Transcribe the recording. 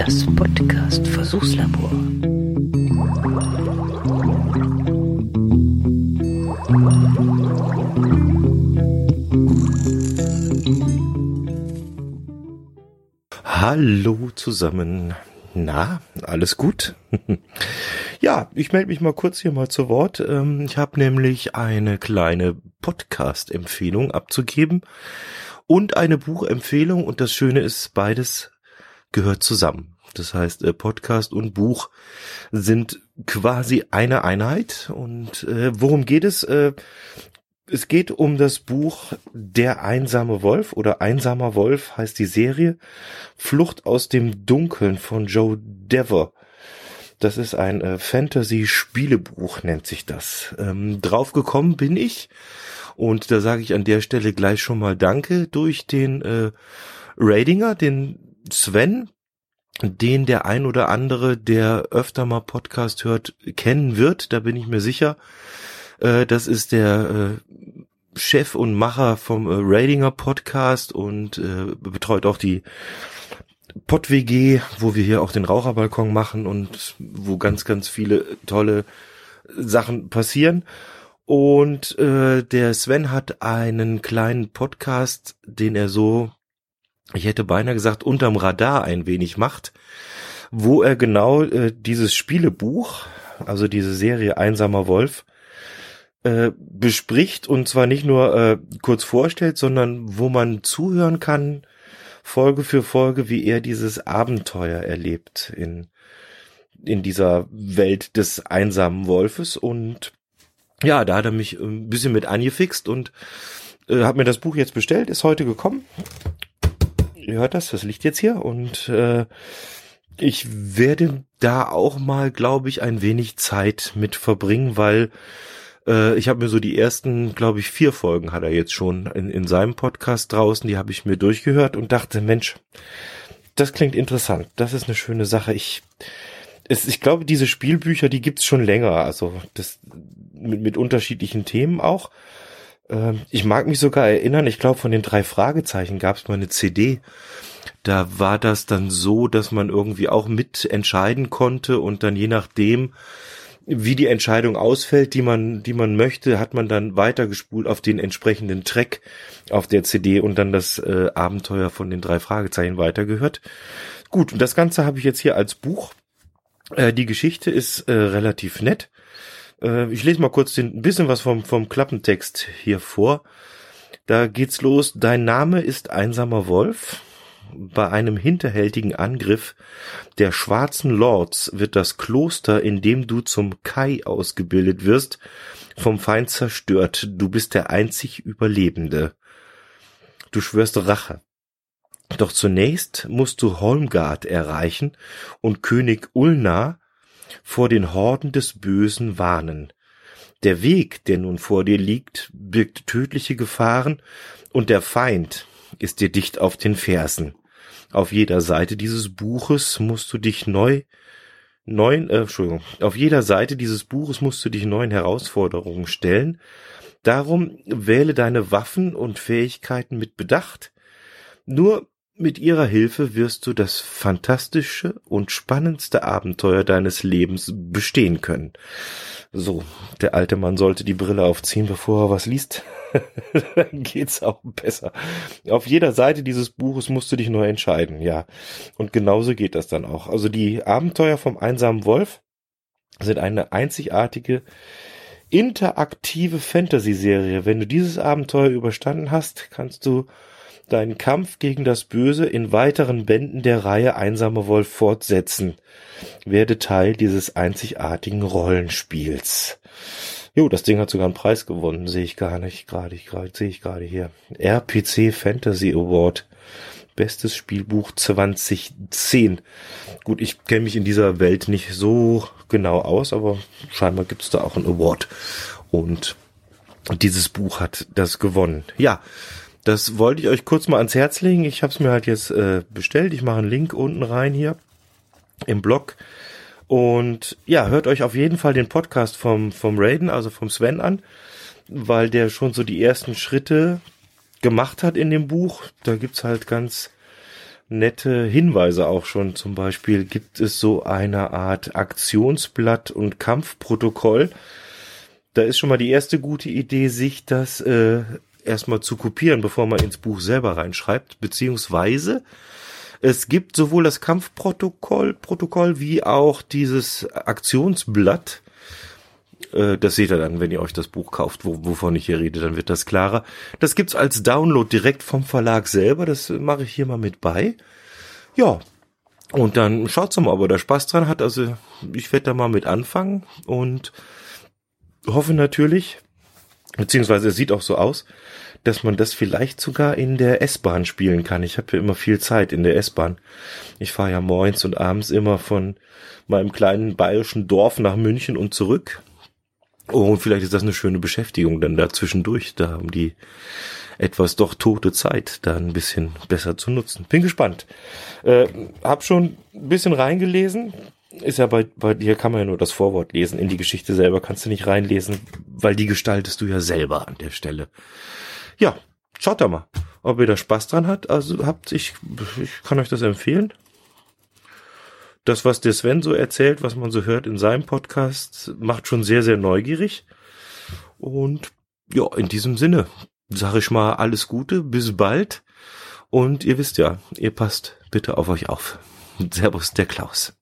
Das Podcast-Versuchslabor. Hallo zusammen. Na, alles gut? Ja, ich melde mich mal kurz hier mal zu Wort. Ich habe nämlich eine kleine Podcast-Empfehlung abzugeben und eine Buchempfehlung, und das Schöne ist, beides gehört zusammen. Das heißt, Podcast und Buch sind quasi eine Einheit. Und worum geht es? Es geht um das Buch Der einsame Wolf oder Einsamer Wolf heißt die Serie. Flucht aus dem Dunkeln von Joe Dever. Das ist ein Fantasy-Spielebuch, nennt sich das. Drauf gekommen bin ich, und da sage ich an der Stelle gleich schon mal Danke, durch den Ratinger, den Sven, den der ein oder andere, der öfter mal Podcast hört, kennen wird, da bin ich mir sicher. Das ist der Chef und Macher vom Ratinger Podcast und betreut auch die Pod-WG, wo wir hier auch den Raucherbalkon machen und wo ganz, ganz viele tolle Sachen passieren. Und der Sven hat einen kleinen Podcast, den er so, ich hätte beinahe gesagt, unterm Radar ein wenig macht, wo er genau dieses Spielebuch, also diese Serie Einsamer Wolf, bespricht, und zwar nicht nur kurz vorstellt, sondern wo man zuhören kann, Folge für Folge, wie er dieses Abenteuer erlebt in dieser Welt des einsamen Wolfes. Und ja, da hat er mich ein bisschen mit angefixt und hat mir das Buch jetzt bestellt, ist heute gekommen. Ihr hört das liegt jetzt hier, und ich werde da auch mal, glaube ich, ein wenig Zeit mit verbringen, weil ich habe mir so die ersten, glaube ich, 4 Folgen hat er jetzt schon in seinem Podcast draußen, die habe ich mir durchgehört und dachte, Mensch, das klingt interessant, das ist eine schöne Sache. Ich glaube, diese Spielbücher, die gibt's schon länger, also das mit unterschiedlichen Themen auch. Ich mag mich sogar erinnern, ich glaube, von den 3 Fragezeichen gab's mal eine CD. Da war das dann so, dass man irgendwie auch mitentscheiden konnte, und dann je nachdem, wie die Entscheidung ausfällt, die man möchte, hat man dann weitergespult auf den entsprechenden Track auf der CD und dann das Abenteuer von den 3 Fragezeichen weitergehört. Gut, und das Ganze habe ich jetzt hier als Buch. Die Geschichte ist relativ nett. Ich lese mal kurz ein bisschen was vom Klappentext hier vor. Da geht's los. Dein Name ist Einsamer Wolf. Bei einem hinterhältigen Angriff der schwarzen Lords wird das Kloster, in dem du zum Kai ausgebildet wirst, vom Feind zerstört. Du bist der einzig Überlebende. Du schwörst Rache. Doch zunächst musst du Holmgard erreichen und König Ulnar vor den Horden des Bösen warnen. Der Weg, der nun vor dir liegt, birgt tödliche Gefahren, und der Feind ist dir dicht auf den Fersen. Auf jeder Seite dieses Buches musst du dich neuen Herausforderungen stellen. Darum wähle deine Waffen und Fähigkeiten mit Bedacht. Nur mit ihrer Hilfe wirst du das fantastische und spannendste Abenteuer deines Lebens bestehen können. So, der alte Mann sollte die Brille aufziehen, bevor er was liest. Dann geht's auch besser. Auf jeder Seite dieses Buches musst du dich neu entscheiden, ja. Und genauso geht das dann auch. Also die Abenteuer vom einsamen Wolf sind eine einzigartige, interaktive Fantasy-Serie. Wenn du dieses Abenteuer überstanden hast, kannst du deinen Kampf gegen das Böse in weiteren Bänden der Reihe Einsamer Wolf fortsetzen. Werde Teil dieses einzigartigen Rollenspiels. Jo, das Ding hat sogar einen Preis gewonnen, sehe ich gerade hier. RPC Fantasy Award. Bestes Spielbuch 2010. Gut, ich kenne mich in dieser Welt nicht so genau aus, aber scheinbar gibt es da auch einen Award. Und dieses Buch hat das gewonnen. Ja, das wollte ich euch kurz mal ans Herz legen. Ich habe es mir halt jetzt bestellt. Ich mache einen Link unten rein hier im Blog. Und ja, hört euch auf jeden Fall den Podcast vom Raiden, also vom Sven an, weil der schon so die ersten Schritte gemacht hat in dem Buch. Da gibt's halt ganz nette Hinweise auch schon. Zum Beispiel gibt es so eine Art Aktionsblatt und Kampfprotokoll. Da ist schon mal die erste gute Idee, sich das erstmal zu kopieren, bevor man ins Buch selber reinschreibt, beziehungsweise es gibt sowohl das Kampfprotokoll wie auch dieses Aktionsblatt. Das seht ihr dann, wenn ihr euch das Buch kauft, wovon ich hier rede, dann wird das klarer. Das gibt's als Download direkt vom Verlag selber, das mache ich hier mal mit bei. Ja, und dann schaut's mal, ob er da Spaß dran hat. Also ich werde da mal mit anfangen und hoffe natürlich, beziehungsweise es sieht auch so aus, dass man das vielleicht sogar in der S-Bahn spielen kann. Ich habe ja immer viel Zeit in der S-Bahn. Ich fahre ja morgens und abends immer von meinem kleinen bayerischen Dorf nach München und zurück. Und vielleicht ist das eine schöne Beschäftigung dann da zwischendurch, da um die etwas doch tote Zeit da ein bisschen besser zu nutzen. Bin gespannt. Hab schon ein bisschen reingelesen. Ist ja bei dir kann man ja nur das Vorwort lesen. In die Geschichte selber kannst du nicht reinlesen, weil die gestaltest du ja selber an der Stelle. Ja, schaut da mal, ob ihr da Spaß dran habt. Also ich kann euch das empfehlen. Das, was der Sven so erzählt, was man so hört in seinem Podcast, macht schon sehr, sehr neugierig. Und ja, in diesem Sinne sage ich mal alles Gute, bis bald. Und ihr wisst ja, ihr passt bitte auf euch auf. Servus, der Klaus.